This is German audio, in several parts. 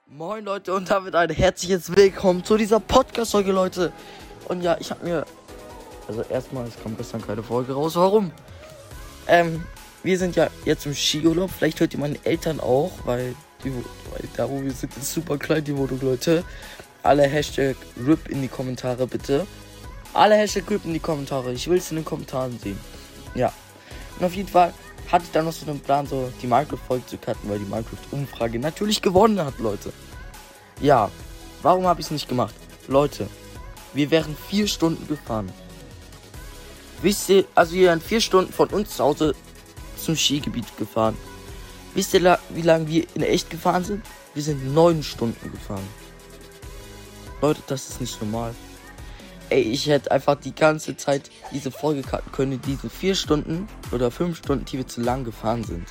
Moin Leute und damit ein herzliches Willkommen zu dieser Podcast-Folge, Leute. Und ja, ich habe mir... Also erstmal, es kam gestern keine Folge raus. Warum? Wir sind ja jetzt im Skiurlaub. Vielleicht hört ihr meine Eltern auch, weil da wo wir sind, ist super klein, die Wohnung, Leute. Alle Hashtag RIP in die Kommentare, bitte. Alle Hashtag RIP in die Kommentare. Ich will es in den Kommentaren sehen. Ja. Und auf jeden Fall hatte ich dann noch so einen Plan, so die Minecraft-Folge zu cutten, weil die Minecraft-Umfrage natürlich gewonnen hat, Leute. Ja, warum habe ich es nicht gemacht? Leute, wir wären 4 Stunden gefahren. Wisst ihr, also wir wären 4 Stunden von uns zu Hause zum Skigebiet gefahren. Wisst ihr, wie lange wir in echt gefahren sind? Wir sind 9 Stunden gefahren. Leute, das ist nicht normal. Ey, ich hätte einfach die ganze Zeit diese Folge cutten können, in diesen 4 Stunden oder 5 Stunden, die wir zu lang gefahren sind.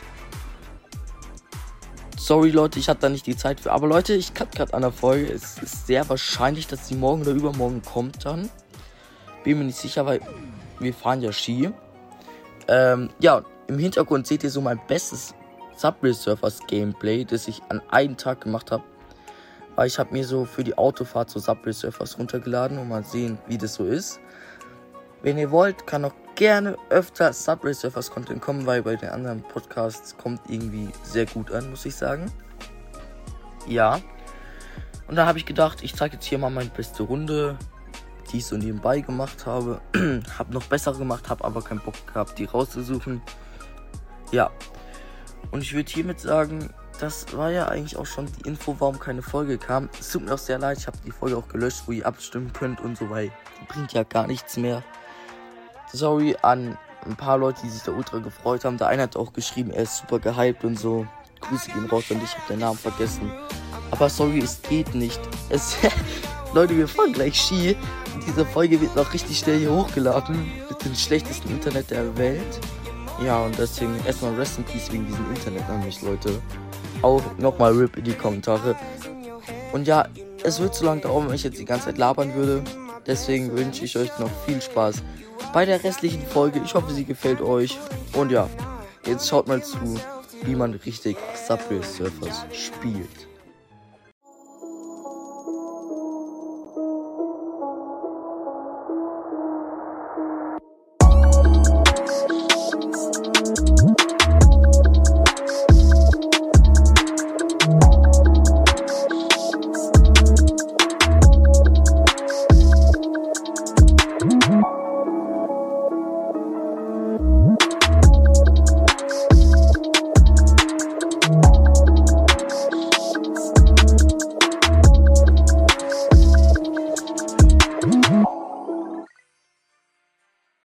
Sorry, Leute, ich hatte da nicht die Zeit für. Aber Leute, ich cutte gerade an der Folge. Es ist sehr wahrscheinlich, dass sie morgen oder übermorgen kommt dann. Bin mir nicht sicher, weil wir fahren ja Ski. Ja, im Hintergrund seht ihr so mein bestes Subway Surfers Gameplay, das ich an einem Tag gemacht habe. Weil ich habe mir so für die Autofahrt so Subway Surfers runtergeladen und mal sehen, wie das so ist. Wenn ihr wollt, kann auch gerne öfter Subway Surfers Content kommen, weil bei den anderen Podcasts kommt irgendwie sehr gut an, muss ich sagen. Ja. Und da habe ich gedacht, ich zeige jetzt hier mal meine beste Runde, die ich so nebenbei gemacht habe. Habe noch bessere gemacht, habe aber keinen Bock gehabt, die rauszusuchen. Ja. Und ich würde hiermit sagen, das war ja eigentlich auch schon die Info, warum keine Folge kam. Es tut mir auch sehr leid, ich habe die Folge auch gelöscht, wo ihr abstimmen könnt und so, weil die bringt ja gar nichts mehr. Sorry an ein paar Leute, die sich da ultra gefreut haben. Der eine hat auch geschrieben, er ist super gehypt und so. Grüße gehen raus und ich habe den Namen vergessen. Aber sorry, es geht nicht. Leute, wir fahren gleich Ski. Und diese Folge wird noch richtig schnell hier hochgeladen. Mit dem schlechtesten Internet der Welt. Ja, und deswegen erstmal Rest in Peace wegen diesem Internet an mich, Leute. Auch nochmal RIP in die Kommentare. Und ja, es wird zu lange dauern, wenn ich jetzt die ganze Zeit labern würde. Deswegen wünsche ich euch noch viel Spaß bei der restlichen Folge. Ich hoffe, sie gefällt euch. Und ja, jetzt schaut mal zu, wie man richtig Subway Surfers spielt.